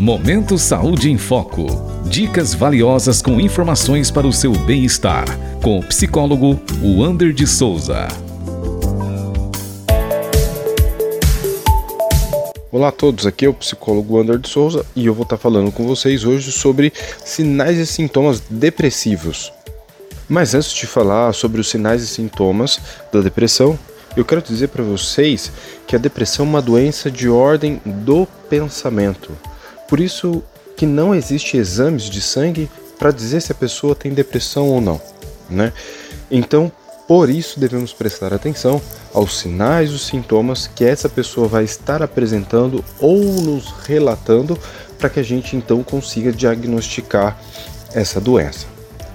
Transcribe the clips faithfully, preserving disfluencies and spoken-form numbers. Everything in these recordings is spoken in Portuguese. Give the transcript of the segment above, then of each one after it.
Momento Saúde em Foco. Dicas valiosas com informações para o seu bem-estar. Com o psicólogo Wander de Souza. Olá a todos, aqui é o psicólogo Wander de Souza e eu vou estar falando com vocês hoje sobre sinais e sintomas depressivos. Mas antes de falar sobre os sinais e sintomas da depressão, eu quero dizer para vocês que a depressão é uma doença de ordem do pensamento. Por isso que não existe exames de sangue para dizer se a pessoa tem depressão ou não, né? Então, por isso devemos prestar atenção aos sinais e sintomas que essa pessoa vai estar apresentando ou nos relatando para que a gente então consiga diagnosticar essa doença.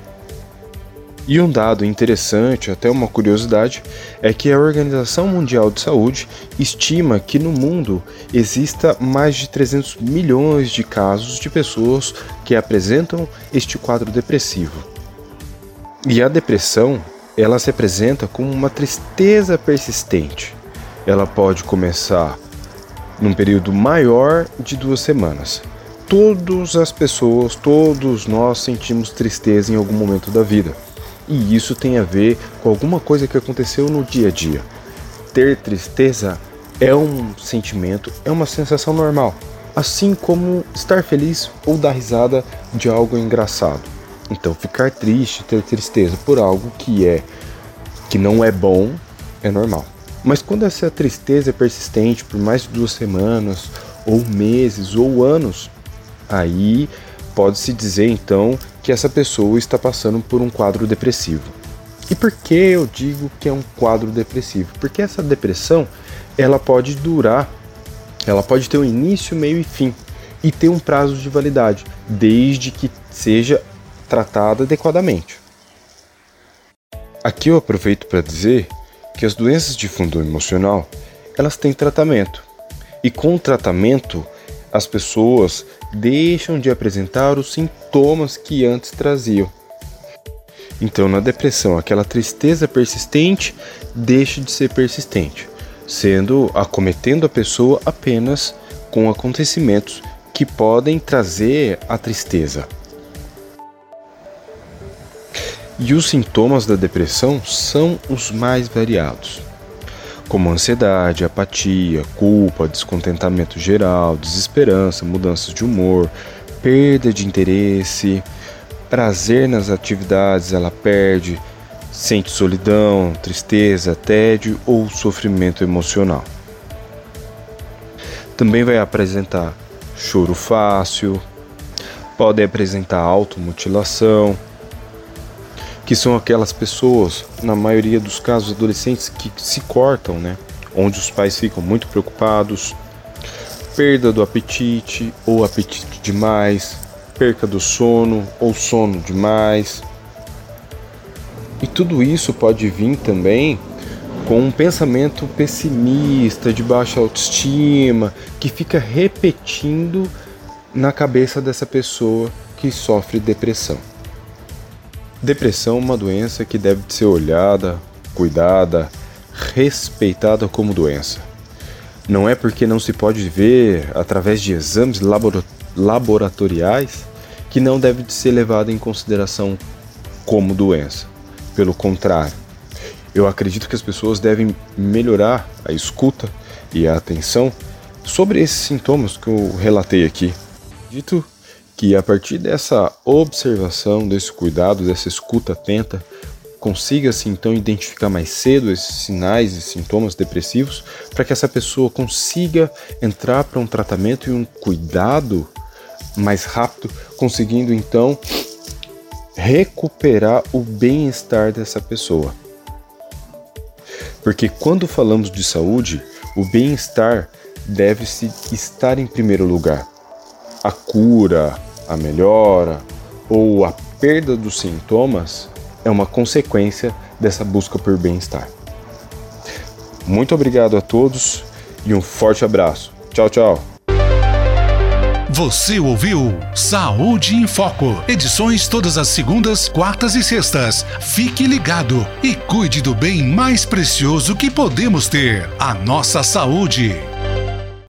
E um dado interessante, até uma curiosidade, é que a Organização Mundial de Saúde estima que no mundo exista mais de trezentos milhões de casos de pessoas que apresentam este quadro depressivo. E a depressão, ela se apresenta como uma tristeza persistente. Ela pode começar num período maior de duas semanas. Todas as pessoas, todos nós sentimos tristeza em algum momento da vida. E isso tem a ver com alguma coisa que aconteceu no dia a dia. Ter tristeza é um sentimento, é uma sensação normal. Assim como estar feliz ou dar risada de algo engraçado. Então, ficar triste, ter tristeza por algo que é que não é bom, é normal. Mas quando essa tristeza é persistente por mais de duas semanas, ou meses, ou anos, aí pode-se dizer então que essa pessoa está passando por um quadro depressivo. E por que eu digo que é um quadro depressivo? Porque essa depressão, ela pode durar, ela pode ter um início, meio e fim, e ter um prazo de validade, desde que seja tratada adequadamente. Aqui eu aproveito para dizer que as doenças de fundo emocional, elas têm tratamento. E com o tratamento, as pessoas deixam de apresentar os sintomas que antes traziam. Então, na depressão, aquela tristeza persistente deixa de ser persistente, sendo acometendo a pessoa apenas com acontecimentos que podem trazer a tristeza. E os sintomas da depressão são os mais variados, como ansiedade, apatia, culpa, descontentamento geral, desesperança, mudanças de humor, perda de interesse, prazer nas atividades, ela perde, sente solidão, tristeza, tédio ou sofrimento emocional. Também vai apresentar choro fácil, pode apresentar automutilação, que são aquelas pessoas, na maioria dos casos adolescentes, que se cortam, né? Onde os pais ficam muito preocupados, perda do apetite ou apetite demais, perca do sono ou sono demais. E tudo isso pode vir também com um pensamento pessimista, de baixa autoestima, que fica repetindo na cabeça dessa pessoa que sofre depressão. Depressão é uma doença que deve ser olhada, cuidada, respeitada como doença. Não é porque não se pode ver através de exames labora- laboratoriais que não deve ser levada em consideração como doença. Pelo contrário, eu acredito que as pessoas devem melhorar a escuta e a atenção sobre esses sintomas que eu relatei aqui. Dito que a partir dessa observação, desse cuidado, dessa escuta atenta, consiga-se então identificar mais cedo esses sinais e sintomas depressivos para que essa pessoa consiga entrar para um tratamento e um cuidado mais rápido, conseguindo então recuperar o bem-estar dessa pessoa. Porque quando falamos de saúde, o bem-estar deve-se estar em primeiro lugar. A cura, a melhora ou a perda dos sintomas é uma consequência dessa busca por bem-estar. Muito obrigado a todos e um forte abraço. Tchau, tchau. Você ouviu Saúde em Foco. Edições todas as segundas, quartas e sextas. Fique ligado e cuide do bem mais precioso que podemos ter, a nossa saúde.